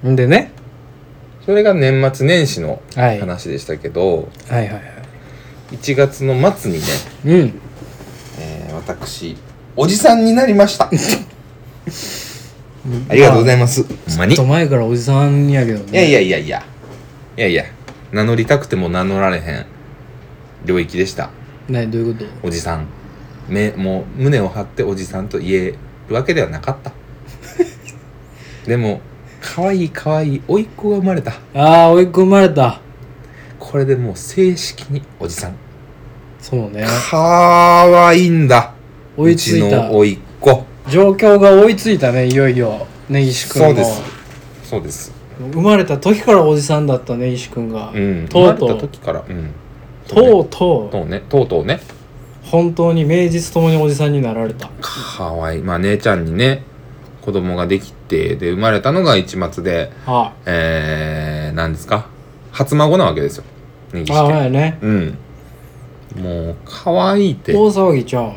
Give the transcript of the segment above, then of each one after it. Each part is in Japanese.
んでね、 それが年末年始のはい話でしたけど、 はいはいはい 1月の末にね、 うん私おじさんになりましたありがとうございます。ほんまに。 ちょっと前からおじさんやけどね。 いや名乗りたくても名乗られへん領域でした。 ね、どういうこと？ おじさんもう胸を張っておじさんと言えるわけではなかったでもかわいい甥っ子が生まれた。 ああ、甥っ子生まれた。 これでもう正式におじさん。 そうね。 かわいいんだ。 追いついた。 うちの甥っ子。 状況が追いついたね、いよいよ根岸くんの。 そうです。 生まれた時からおじさんだった根岸くんが、 とうとう生まれた時から、 とうね本当に名実ともにおじさんになられた。 かわいい。まあ姉ちゃんにね子供ができて、で生まれたのが一末で、何ですか、初孫なわけですよ、根岸家。 はいね。 もうかわいいって。 大騒ぎちゃう。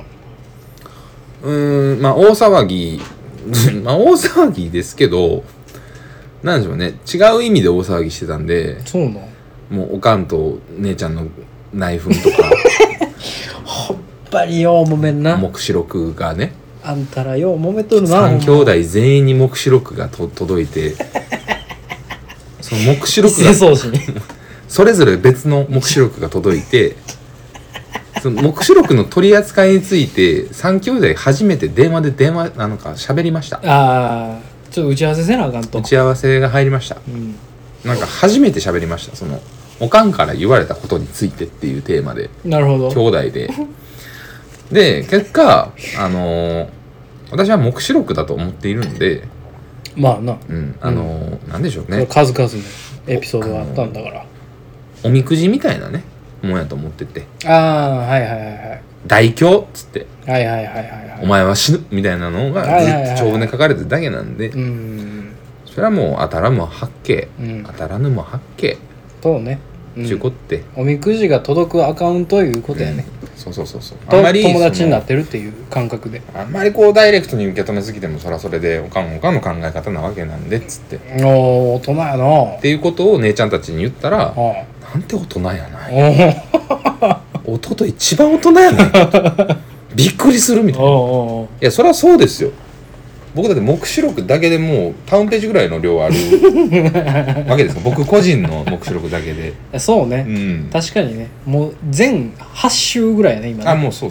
まあ大騒ぎまあ大騒ぎですけど、なんでしょうね、違う意味で大騒ぎしてたんで。 そうなの。 もうおかんと姉ちゃんの内紛とかほっぱりよう揉めんな。 黙示録がね、 あんたらよう揉めとるな。 3兄弟全員に黙示録が届いてその黙示録がそれぞれ別の黙示録が届いてその黙示録の取り扱いについて3兄弟初めて電話なんか喋りました。 ああ、ちょっと打ち合わせせなあかんと。 打ち合わせが入りました。なんか初めて喋りました。そのおかんから言われたことについてっていうテーマで。 なるほど。 兄弟でで結果私は黙示録だと思っているんで、 まあな、 なんでしょうね、 数々のエピソードがあったんだから、 おみくじみたいなねもんやと思ってて、 ああ、はいはいはいはい、 大凶っつって、 はいはいはいはい、 お前は死ぬみたいなのがずっと長文で書かれてるだけなんで、それはもう当たらぬも八景、当たらぬも八景そうね、 ちゅうこって、 おみくじが届くアカウントいうことやね、 そうあんまり友達になってるっていう感覚で、 あんまりこうダイレクトに受け止めすぎてもそれはそれでおかんの考え方なわけなんでっつって、 大人やなっていうことを姉ちゃんたちに言ったら、なんて大人やない弟一番大人やないびっくりするみたいな。いやそれはそうですよ。僕だって黙示録だけでもうタウンページぐらいの量あるわけですよ。僕個人の黙示録だけで。 そうね、確かにね、もう全8週ぐらいやね今ね。 もうそう、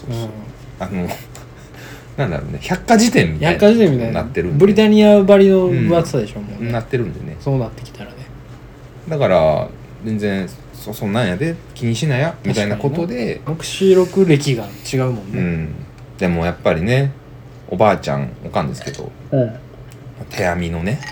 なんだろうね、百科事典みたいになってるんで、 ブリタニアばりの分厚さでしょ、もうね、 なってるんでね。 そうなってきたらね、だから全然そんなんやで気にしなやみたいなことで、 黙示録歴が違うもんね、 でもやっぱりね、おばあちゃんおかんですけど、手編みのね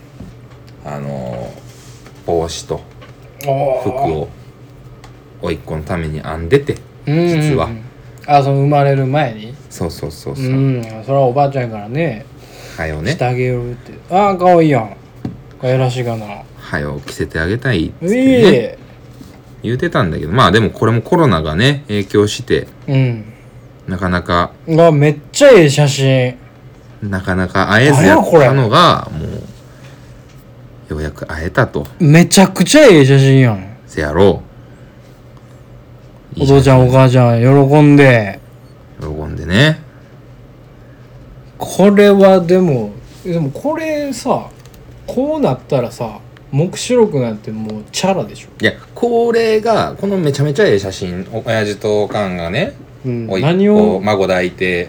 帽子と服を甥っ子のために編んでて、実はその生まれる前に、 そうそれはおばあちゃんやからね、 はよねしてあげるって、かわいいやん、かわいらしいかな、 はよ着せてあげたいっつってね、言うてたんだけど、まあでもこれもコロナがね影響して、なかなかめっちゃええ写真、 なかなか会えずやったのがもうようやく会えたと。 めちゃくちゃええ写真やん。 せやろう、お父ちゃんお母ちゃん喜んでね。 これはでもこれさ、こうなったらさ、黙示録なんてもうチャラでしょ。 いや、このめちゃめちゃええ写真、親父とおかんがね、 何を孫抱いて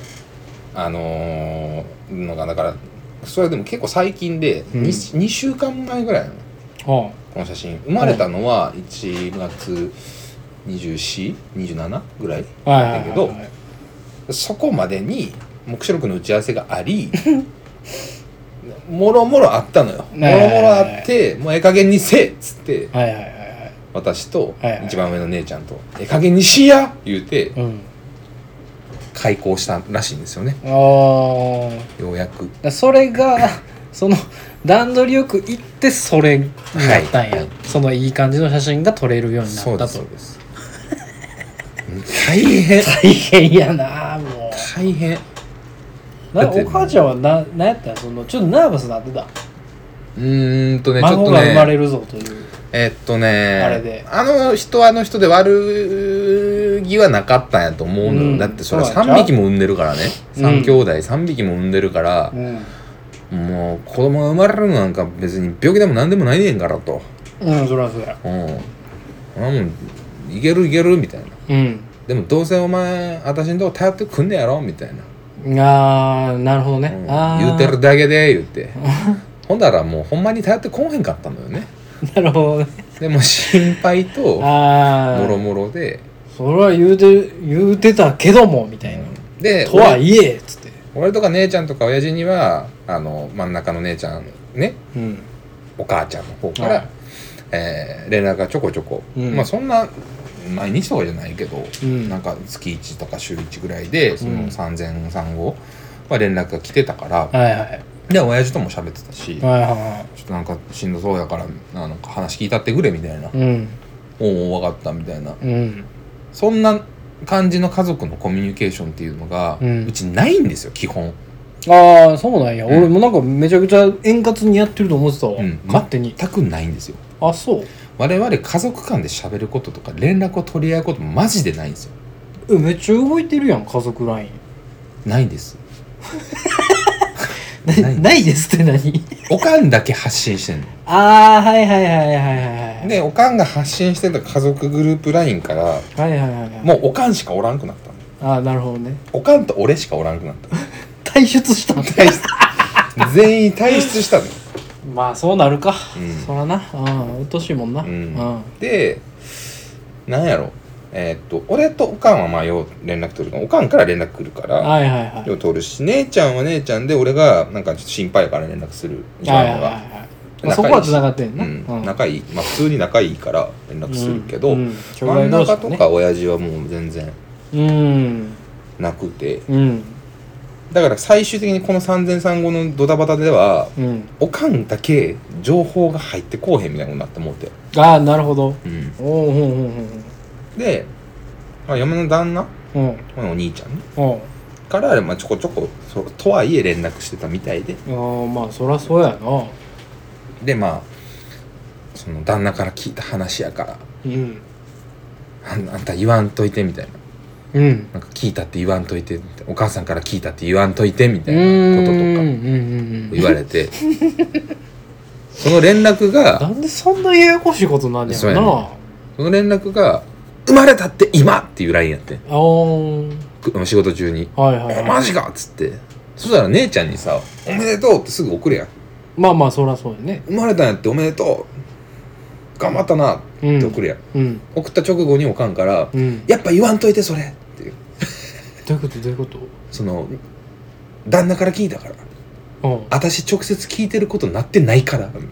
のが、だからそれでも結構最近で、2週間前ぐらいの、この写真生まれたのは1月24、27ぐらいだけど、そこまでに黙示録の打ち合わせがありもろもろあったのよ。もろもろあって、もうええ加減にせえっつって、私と一番上の姉ちゃんとええ加減にしや言うて、開校したらしいんですよね。ようやくそれがその段取りよくいってそれになったんや、そのいい感じの写真が撮れるようになったと。 そうです大変やな、もう大変。 お母ちゃんは何やったん、そのちょっとナーバスになってた。 ちょっ孫とねが生まれるぞというあれであの人で悪気はなかったんやと思うのよ、だってそれは3匹も産んでるからね、3兄弟3匹も産んでるから、もう子供が生まれるのなんか別に病気でも何でもないねんからと、 そりゃそうや、 もういけるみたいな、でもどうせお前私のとこ頼ってくんねやろみたいな、 なるほどね、 言うてるだけで言ってほんだらもうほんまに頼ってこんへんかったのよね。 なるほどね。 でも心配ともろもろで、 それは言うてたけどもみたいな、 でとはいえっつって、 俺とか姉ちゃんとか親父には真ん中の姉ちゃんね、お母ちゃんの方から、連絡がちょこちょこ、まあそんな毎日とかじゃないけど、なんか月1とか週1ぐらいでその産前産後は連絡が来てたから、で親父とも喋ってたし、ちょっとなんかしんどそうやからなんか話聞いたってくれみたいな、おお分かったみたいな、そんな感じの家族のコミュニケーションっていうのが、うちないんですよ基本。 ああそうなんや、俺もなんかめちゃくちゃ円滑にやってると思ってたわ、勝手に。 全くないんですよ。 あ、そう。 我々家族間で喋ることとか連絡を取り合うこともマジでないんですよ。 めっちゃ動いてるやん家族ライン。 ないですないですって何？ おかんだけ発信してんの。 ああはいはいはいはいはい。 でおかんが発信してた家族グループラインから、もうおかんしかおらんくなったの。 ああなるほどね。 おかんと俺しかおらんくなった退出したの。 全員退出したの。 まあそうなるか、そらな、うっとしいもんな、 でなんやろ、俺とおかんはまあよう連絡取るから、おかんから連絡来るからよう取るし、姉ちゃんは姉ちゃんで俺がなんかちょっと心配やから連絡するみたいなのが、 そこは繋がってんな、 仲いい、まあ普通に仲いいから連絡するけど、真ん中とか親父はもう全然なくて、だから最終的にこの産前産後のドタバタでは、おかんだけ情報が入ってこうへんみたいになって思って。 ああなるほど。 で、まあ、嫁の旦那、お兄ちゃんね、からまあちょこちょことはいえ連絡してたみたいで、 まあそりゃそうやな。 でまあその旦那から聞いた話やから、あんた言わんといてみたいな。なんか聞いたって言わんといて、お母さんから聞いたって言わんといてみたいなこととか言われて、その連絡がなんでそんなややこしいことなんやろな。 その連絡が生まれたって今っていう LINE やって、仕事中にマジかっつって、そしたら姉ちゃんにさおめでとうってすぐ送るやん。 まあまあそりゃそうやね。 生まれたんやっておめでとう頑張ったなって送るやん、送った直後におかんから、やっぱ言わんといてそれっていう。 どういうことその旦那から聞いたから、私直接聞いてることなってないからみたい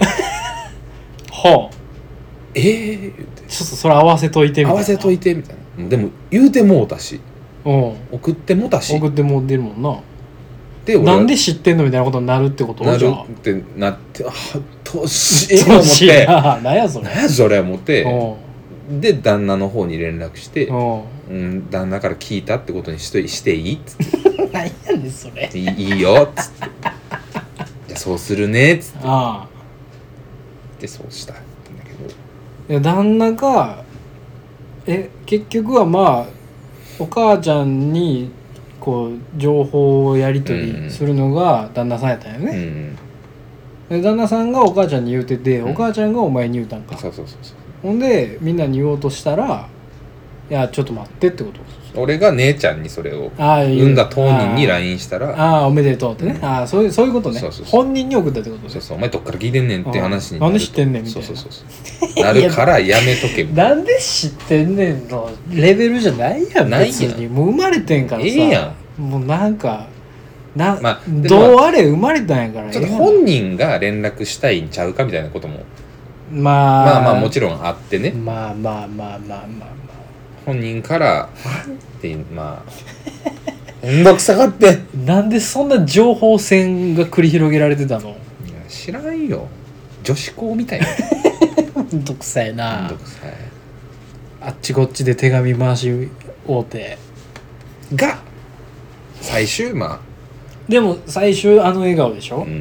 な。言ってちょっとそれ合わせといてみたいな。 合わせといてみたいな。でも言うてもうたし、送ってもうたし、 送ってもうてるもんな。 でなんで知ってんのみたいなことになるってこと？ なるってなって、年思って何やそれ思って、で旦那の方に連絡して、旦那から聞いたってことにしていいっつって何やねんそれ。 いいよっつってじゃあそうするねっつってでそうしたんだけど、 旦那が結局はまあお母ちゃんにこう情報をやり取りするのが旦那さんやったんよね、で旦那さんがお母ちゃんに言うてて、お母ちゃんがお前に言うたんか。そうほんでみんなに言おうとしたら、いやちょっと待ってってこと。 俺が姉ちゃんにそれを産んだ当人に LINE したら、 おめでとうってね、そういうことね。本人に送ったってことね。 お前どっから聞いてんねんって話になる。 なんで知ってんねんみたいななるからやめとけ。 なんで知ってんねんのレベルじゃないやん別に。もう生まれてんからさ、 やん。 もうなんかどうあれ生まれたんやから。 ちょっと本人が連絡したいんちゃうかみたいなこともまあもちろんあってね。 まあ本人からってまあめんどくさがって。 なんでそんな情報戦が繰り広げられてたの？いや知らんよ。女子校みたいな。 めんどくさいな。 めんどくさい。 あっちこっちで手紙回し大手が最終でも最終笑顔でしょ、も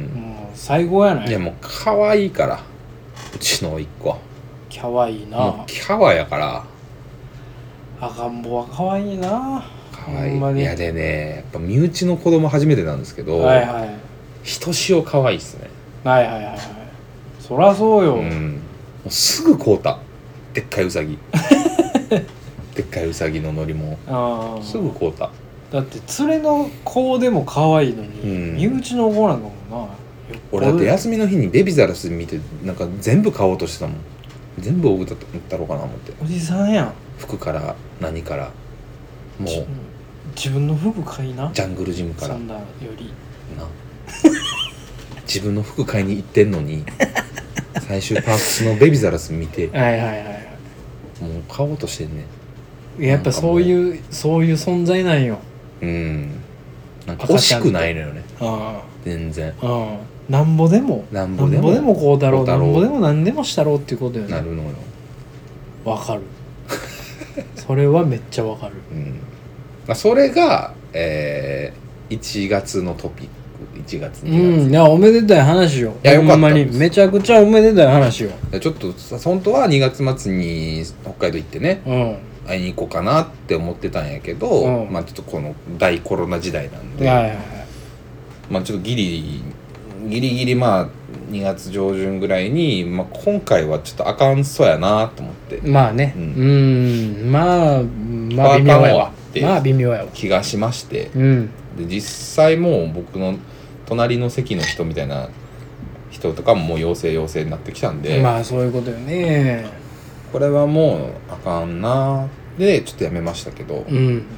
最高やない。 いやもう可愛いからうちの甥っ子かわいいな。 もうキャワやから赤ん坊はかわいいな。 可愛ほんまにい。いやでねやっぱ身内の子供初めてなんですけど、 はいはいひとしお可愛いっすね。 はいはいはいはい。そらそうよ、 もうすぐ買うたでっかいうさぎでっかいうさぎの乗り物あすぐ買うた。 だって連れの子でも可愛いのに、身内の子なんかもな。 俺だって休みの日にベビーザラス見てなんか全部買おうとしてたもん。全部送ったろうかな思って。 おじさんやん。 服から何からもう自分の服買いな。 ジャングルジムからそんなよりな自分の服買いに行ってんのに最終パークスのベビーザラス見てはいはいはいはい。 もう買おうとしてんねやっぱそういう存在なんよ。 なんか欲しくないのよねあ全然。 あなんぼでもこうだろう、なんぼでも何でもしたろうっていうことよね。 なるのよ。 わかるそれはめっちゃわかる。 それが、1月のトピック。1月2月、 いやおめでたい話よ。 いやよかったほんまにめちゃくちゃおめでたい話よ。 ちょっと本当は2月末に北海道行ってね、会いに行こうかなって思ってたんやけど、まあちょっとこの大コロナ時代なんで、まあちょっとギリギリまあ2月上旬ぐらいに、まあ、今回はちょっとあかんそうやなと思って、 まあね、まあ微妙やわ。まあ微妙やわ気がしまして、で実際もう僕の隣の席の人みたいな人とかももう陽性になってきたんで、 まあそういうことよね。 これはもうあかんなでちょっとやめましたけど、ちょっと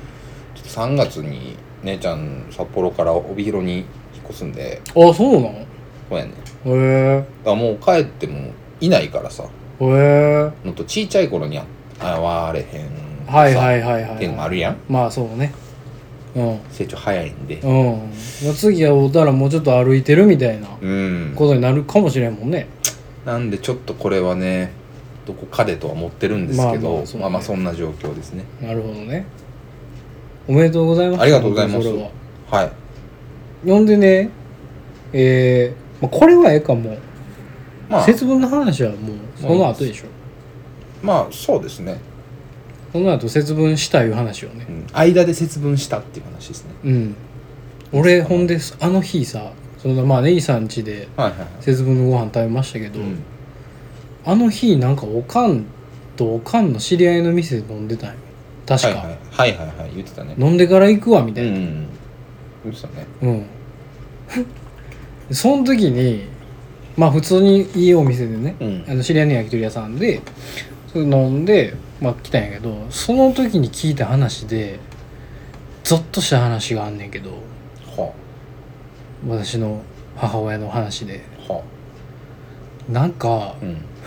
3月に姉ちゃん札幌から帯広に引っ越すんで。 あ、そうなの。 そうやね。 へえ。 だからもう帰ってもいないからさ。 へえ。 のとちいちゃい頃に会われへんはいはいはいはいっていうのもあるやん。 まあそうね。 成長早いんで。 次会うたらもうちょっと歩いてるみたいなことになるかもしれんもんね。 なんでちょっとこれはねどこかでとは思ってるんですけど、まあまあそんな状況ですね。 なるほどね。おめでとうございます。 ありがとうございます。はい。 呼んでね、これはええかも。まあ節分の話はもうその後でしょ。 まあそうですね。 その後節分したいう話をね、 間で節分したっていう話ですね。 俺ほんであの日さ、そのまあネギさん家で節分のご飯食べましたけど、あの日なんかおかんとおかんの知り合いの店で飲んでたんよ確か。 はい言ってたね。 飲んでから行くわみたいな。 言ってたね。 その時にまあ普通にいいお店でね、知り合いの焼き鳥屋さんでそれ飲んで来たんやけど、その時に聞いた話でゾッとした話があんねんけど、私の母親の話で、なんか、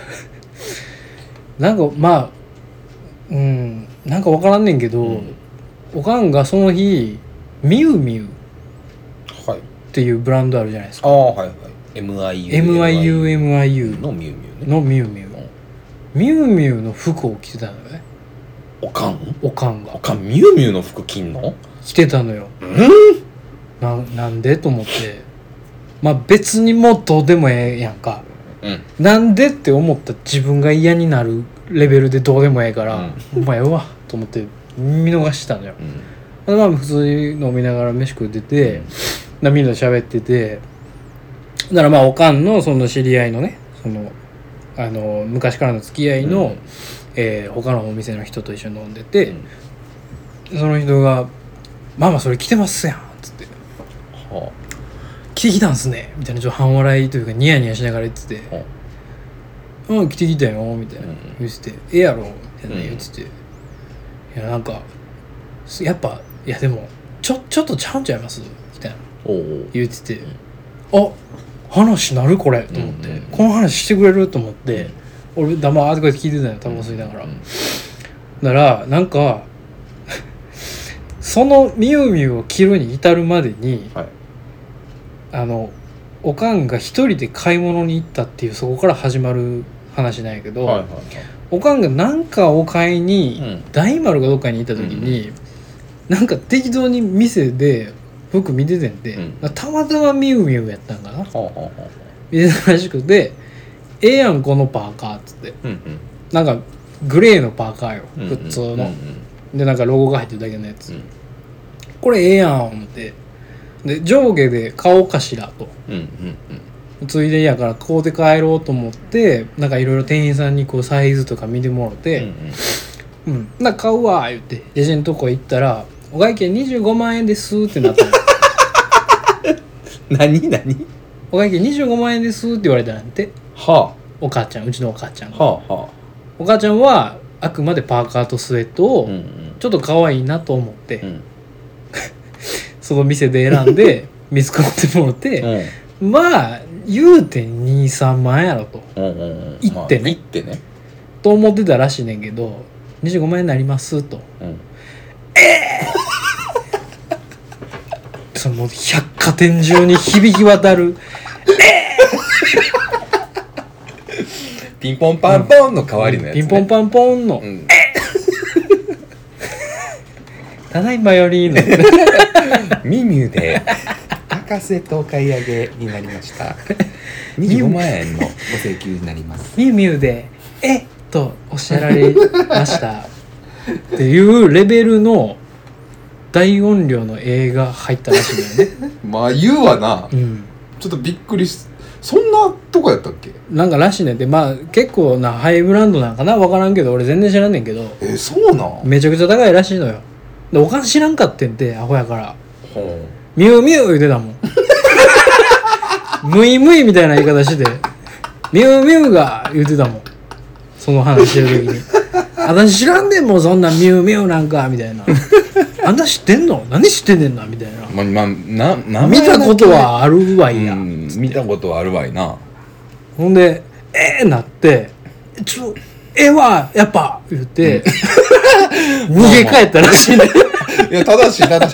なんかまあなんか分からんねんけど、おかんがその日ミュウミュウっていうブランドあるじゃないですか。MIU のミュウミュウね。 のミュウミュウミュウミュウの服を着てたのよね。おかんがミュウミュウの服着んの？ 着てたのよ。なんでと思って、まあ別にもうどうでもええやんか、なんでって思った自分が嫌になるレベルでどうでもええから、お前ええわと思って見逃したのよ。まあ普通に飲みながら飯食ってて、みんなで喋ってて、だからまあおかんのその知り合いのね、その昔からの付き合いの、他のお店の人と一緒に飲んでて、その人が「ママそれ着てますやん」っつって「着てきたんすね」みたいな、ちょっと半笑いというかニヤニヤしながら言ってて「着てきたよ」みたいな言ってて「ええやろ」みたいな言ってて、いやなんかやっぱいやでもちょっとちゃうんちゃいますみたいな言ってて、あ話なるこれと思って、この話してくれると思って、俺黙ってこうやって聞いてたよ、タバコ吸いながら。だからなんかそのミュウミュウを着るに至るまでに、おかんが一人で買い物に行ったっていう、そこから始まる話なんやけど、おかんがなんかを買いに、大丸かどっかに行った時に、なんか適当に店で服見ててんで、 うん、 たまたまミュウミュウやったんかな、 ほうほうほう見てたらしくて、ええやんこのパーカーっつって、 うんうん、 なんかグレーのパーカーよ、普通の、 うんうん、 でなんかロゴが入ってるだけのやつ、 うん、 これええやん思って、で上下で買おうかしらと、 うんうんうん、 ついでやから買うて帰ろうと思って、なんかいろいろ店員さんにこうサイズとか見てもらって、なんか買うわ言ってレジのとこ行ったら、お会計25万円ですってなったの何お会計25万円ですって言われたなんて、 はお母ちゃん、うちのお母ちゃんが、 あはあはあ、 お母ちゃんはあくまでパーカーとスウェットをちょっと可愛いなと思って、 うんその店で選んで水買ってもらって、まあ言うて 2,3 万やろと、行ってね、と思ってたらしいねんけど、25万円になりますと、その百貨店中に響き渡るピンポンパンポンの代わりのやつ、ね、 ピンポンパンポンの、ただいまよりのミミュで博士とお買い上げになりました25万円のご請求になりますミュミュでとおっしゃられましたっていうレベルの大音量の映画入ったらしいのよねまあ言うわな、ちょっとびっくりし、そんなとこやったっけ、 なんからしいねんで、まあ結構なハイブランドなんかな、分からんけど俺全然知らんねんけど、 そうなん、 めちゃくちゃ高いらしいのよ。でお金知らんかってんてアホやから、ミュウミュウ言うてたもんムイムイみたいな言い方してミュウミュウが言うてたもん、その話してる時に私知らんねんもんそんなミュウミュウなんかみたいなあんた知ってんの、何知ってんねんなみたいな、見たことはあるわいや、 見たことはあるわいな。 ほんでなってはやっぱ言って逃げ帰ったらしいねいや正しい危ない、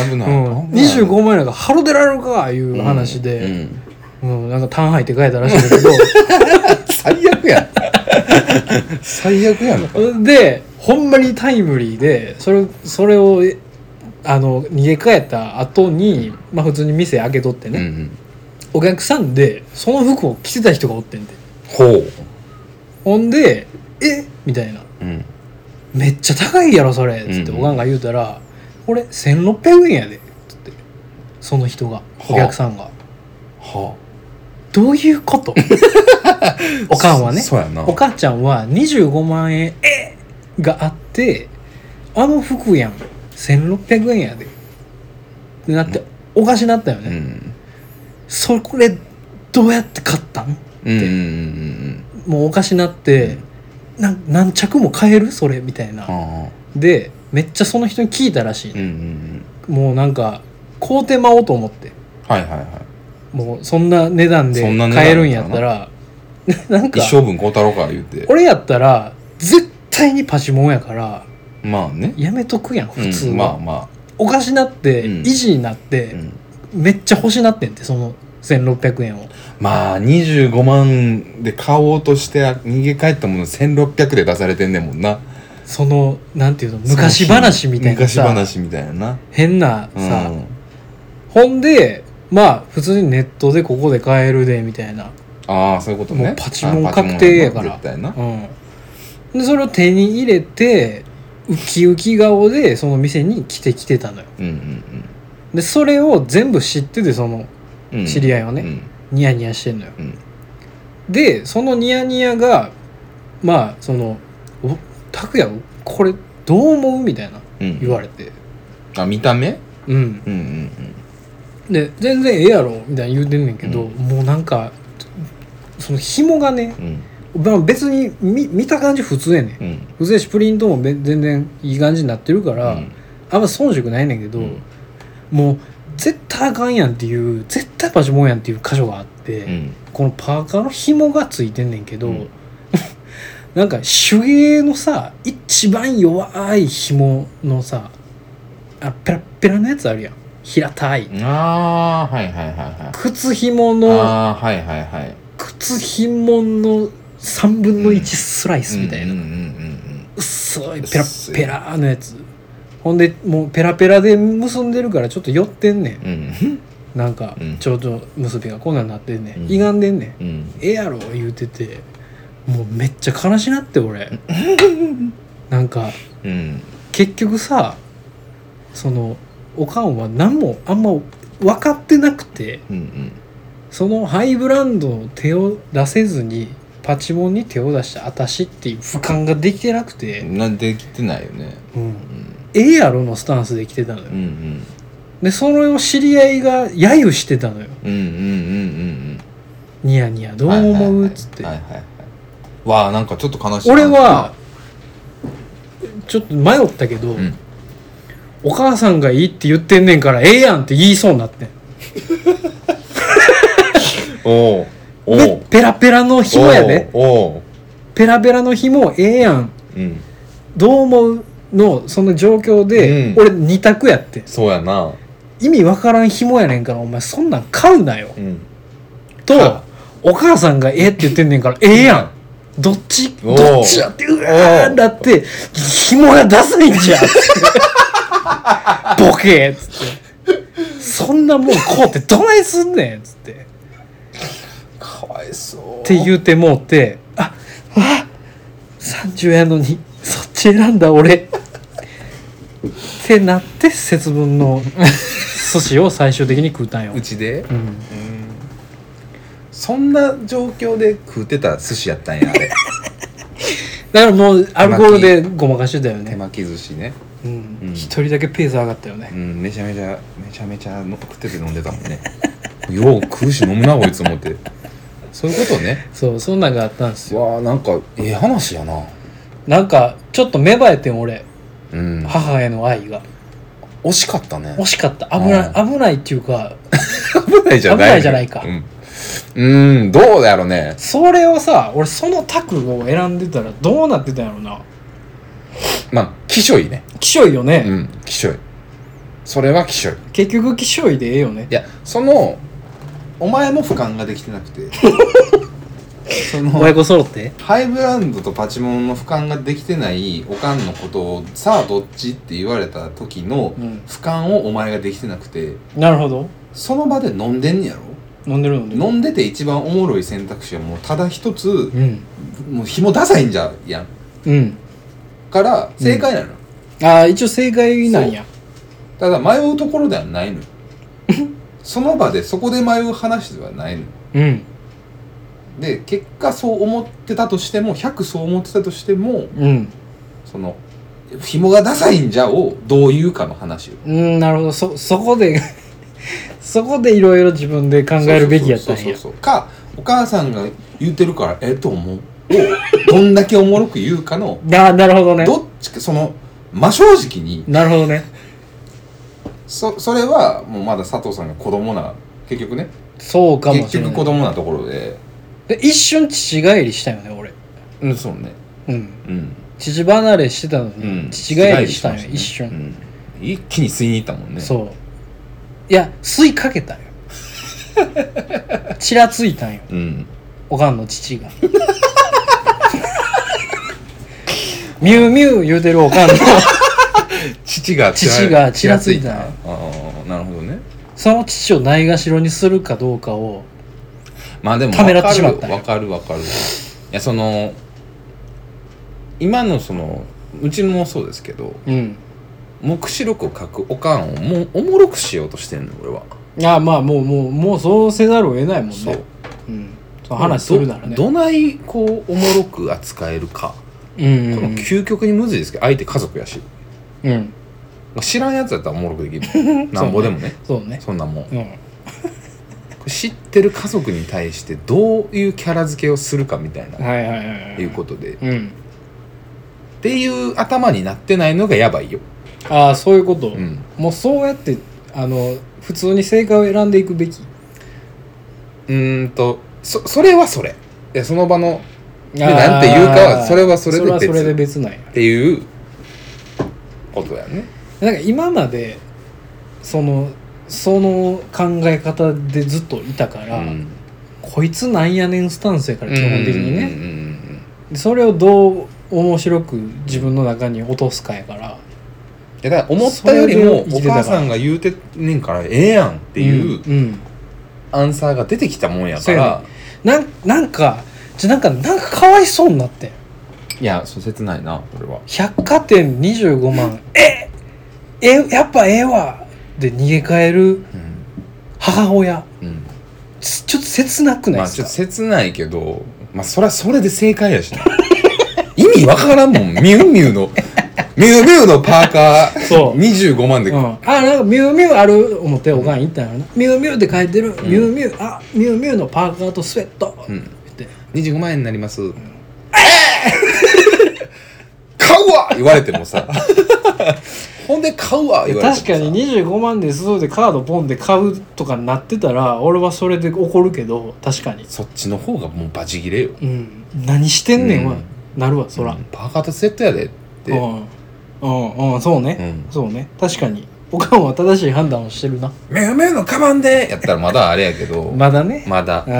25万円なんかハロ出られるかいう話で、なんか単入って帰ったらしいんだけど最悪やん最悪やんでほんまにタイムリーで、それを逃げ帰った後に、まあ普通に店開けとってね、お客さんでその服を着てた人がおってんで、ほんでみたいな、めっちゃ高いやろそれっつっておかんが言うたら、これ1600円やでっつって、その人が、お客さんが、どういうことおかんはね、お母ちゃんは25万円があって、あの服やん1600円やでってなって、おかしなったよね、それどうやって買ったんって、もうおかしなって、何着も買えるそれみたいな、でめっちゃその人に聞いたらしい、もうなんか買うてまおうと思って、もうそんな値段で買えるんやったらなんか一生分買うたろうか言うて、 俺やったら絶対にパチモンやからまあね、 やめとくやん普通は、 まあおかしなって、維持になって、めっちゃ欲しなってんて、その1600円を、 まあ25万で買おうとして逃げ帰ったもの1600で出されてんねんもんな、 そのなんていうの、昔話みたいなさ、変なさ、ほんでまあ普通にネットでここで買えるでみたいな、 そういうことね、 もうパチモン確定やから、でそれを手に入れてウキウキ顔でその店に来てたのよ、でそれを全部知ってて、その知り合いはね、ニヤニヤしてんのよ、でそのニヤニヤがまあその拓也これどう思うみたいな言われて、 見た目で全然ええやろみたいな言うてんねんけど、もうなんかその紐がね、別に 見た感じ普通やねん、普通やしプリントも全然いい感じになってるから、あんま遜色ないねんけど、もう絶対あかんやんっていう、絶対パチモンやんっていう箇所があって、このパーカーの紐がついてんねんけど、なんか手芸のさ一番弱い紐のさ、ペラッペラのやつあるやん、平たい、靴紐の、靴紐の3分の1スライスみたいな、薄いペラッペラのやつほんでもうペラペラで結んでるからちょっと寄ってんねん、 うん、 なんか蝶々結びがこんなんなってんねん、 うん、 歪んでんねん、 うん、 ええやろ言うてて、もうめっちゃ悲しなって俺なんか、 うん、 結局さそのおかんは何もあんま分かってなくて、 うん、 そのハイブランドの手を出せずにパチモンに手を出した私っていう俯瞰ができてなくて、 なんできてないよね。 ええやろのスタンスで来てたのよ、 うんうん、 でそれを知り合いが揶揄してたのよ、ニヤニヤどう思うっつって、 わあなんかちょっと悲しい。 俺はちょっと迷ったけど、お母さんがいいって言ってんねんからええやんって言いそうになってんおでペラペラの紐やで、ペラペラの紐ええやん、どう思うのその状況で、俺二択やって、 そうやな、 意味わからん紐やねんからお前そんなん買うなよ、とお母さんがええって言ってんねんからええやん、どっちやってうわーだって紐がダサいんじゃんボケーっつってそんなもんこうってどないすんねんっつってかわいそうって言うてもうて、30やのにそっち選んだ俺ってなって節分の寿司を最終的に食うたんよ。 うちで、そんな状況で食うてた寿司やったんやあれだからもうアルコールでごまかしてたよね。 手巻き寿司ね、 一人だけペース上がったよね、 めちゃめちゃ食ってて飲んでたもんねよう食うし飲むなこいつ思って、そういうことね。 そんなんがあったんですよ。 わあなんかええ話やな。 なんかちょっと芽生えてん俺、母への愛が惜しかったね。 惜しかった。危ないっていうか危ないじゃないか、 どうだろうね。 それをさ俺そのタクを選んでたらどうなってたんやろな。 まあきしょいね。 きしょいよね。 きしょい。それはきしょい。 結局きしょいでええよね。 いやそのお前も俯瞰ができてなくてその親子揃ってハイブランドとパチモンの俯瞰ができてないおかんのことをさあどっちって言われた時の俯瞰をお前ができてなくて、 なるほど。 その場で飲んでんねやろ。 飲んでて一番おもろい選択肢はもうただ一つ、もう紐ダサいんじゃやん、から正解なの、 一応正解なんや。 ただ迷うところではないのよその場でそこで迷う話ではないの、で結果そう思ってたとしても100そう思ってたとしても、その紐がダサいんじゃをどう言うかの話を、 なるほど。そこでそこでいろいろ自分で考えるべきやったんや。 かお母さんが言ってるからええと思うをどんだけおもろく言うかのなるほどね。 どっちかその真正直に。 なるほどね。 それはもうまだ佐藤さんが子供な結局ね。 そうかもしれない。 結局子供なところで一瞬父帰りしたよね俺。 そうね。 父離れしてたのに、父帰りしたんよ、一瞬、 一気に吸いに行ったもんね。 そういや吸いかけたよちらついたんよ、おかんの父がミュウミュウ言うてるおかんの父がちらついたんよ。 なるほどね。 その父をないがしろにするかどうかをまあでもためらってしまったんよ。 わかるいやその今のそのうちもそうですけど、目視録を書くおかんをもうおもろくしようとしてんの俺は。 まあもうそうせざるを得ないもんね。 そう、 その話するならね。 どないこうおもろく扱えるか、この究極にむずいですけど相手家族やし、知らんやつだったらおもろくできるなんぼでもね。 そうね。 そんなもん、知ってる家族に対してどういうキャラ付けをするかみたいないうことで、っていう頭になってないのがやばいよ。 そういうこと、もうそうやって普通に正解を選んでいくべき。 それはそれでその場のでなんて言うかはそれはそれで別なんやっていうことやね。 なんか今までその考え方でずっといたから、こいつなんやねんスタンスやから基本的にね、それをどう面白く自分の中に落とすかやから、 だから思ったよりもお母さんが言うてんねんからええやんっていうアンサーが出てきたもんやから、 なんかかわいそうになってん。 いやそう切ないなこれは。 百貨店25万やっぱええわで逃げ帰る母親、ちょっと切なくないですか？ ちょっと切ないけど、そりゃそれで正解やしな意味わからんもん。ミュウミュウのパーカー25万で、 なんかミュウミュウある思っておかん行ったんやろな。ミュウミュウって書いてる、ミュウミュウミュウミュウのパーカーとスウェット、って 25万円になります、買うわ言われてもさほんで買うわ言われてもさ、 確かに25万ですでカードポンで買うとかなってたら俺はそれで怒るけど、確かにそっちの方がもうバチ切れよ、 何してんねんは、なるわそら、 パーカーとセットやでって、 そうね、そうね、確かにおかんは正しい判断をしてるな。 ミュウミュウのカバンでやったらまだあれやけどまだね、 まだ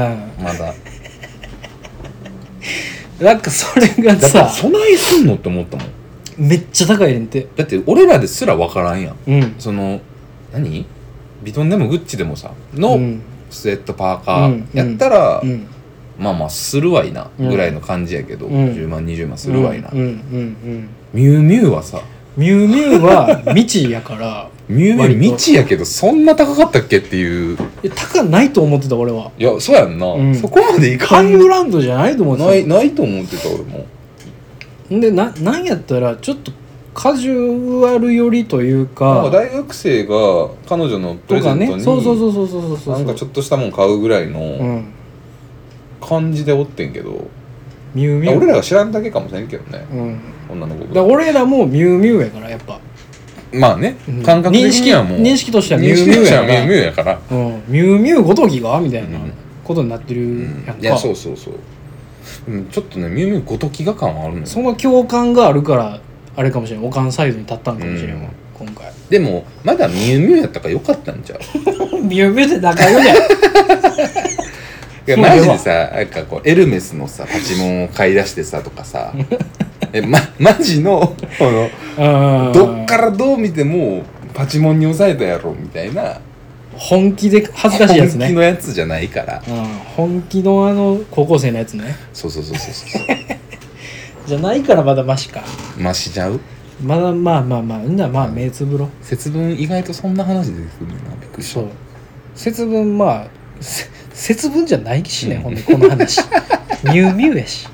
なんかそれがさ、 だってそないすんのって思ったもん。 めっちゃ高いねんて。 だって俺らですら分からんやん、その何ビトンでもグッチでもさのスウェットパーカーやったら、まあするわいなぐらいの感じやけど、10万20万するわいな、ミュウミュウはさ、 ミュウミュウは未知やからミュウミュウ未知やけどそんな高かったっけっていう。 いや高ないと思ってた俺は。 いやそうやんな、そこまでいかん。 ハイブランドじゃないと思ってた。 ないと思ってた俺も。 でなんやったらちょっとカジュアル寄りというか、 大学生が彼女のプレゼントにそうなんかちょっとしたもん買うぐらいの感じでおってんけど、 ミュウミュウ俺らが知らんだけかもしれんけどね、女の子だから俺らもミュウミュウやからやっぱまあね、感覚的にはもう認識としてはミュウミュウやから、 ミュウミュウごときがみたいなことになってるやんか。 いやそうちょっとねミュウミュウごときが感はあるのよ。 その共感があるからあれかもしれん、おかんサイドに立ったんかもしれんわ、今回。 でもまだミュウミュウやったからよかったんちゃうミュウミュウで仲良いねん。 いやマジでさ、なんかこうエルメスのさパチモンを買い出してさとかさマジのどっからどう見てもパチモンに抑えたやろみたいな本気で恥ずかしいやつね。 本気のやつじゃないから、 本気の高校生のやつね。 そうじゃないからまだマシか。 マシちゃう。 まだまあ目つぶろ。 節分意外とそんな話出てくるんだな、びっくりした。そう節分節分じゃないしね、ほんでこの話ミュウミュウやし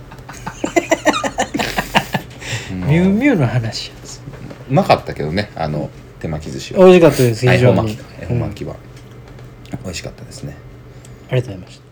ミュウミュウの話や。 うまかったけどね、手巻き寿司は美味しかったです。非常に恵方巻きは美味しかったですね。 ありがとうございました。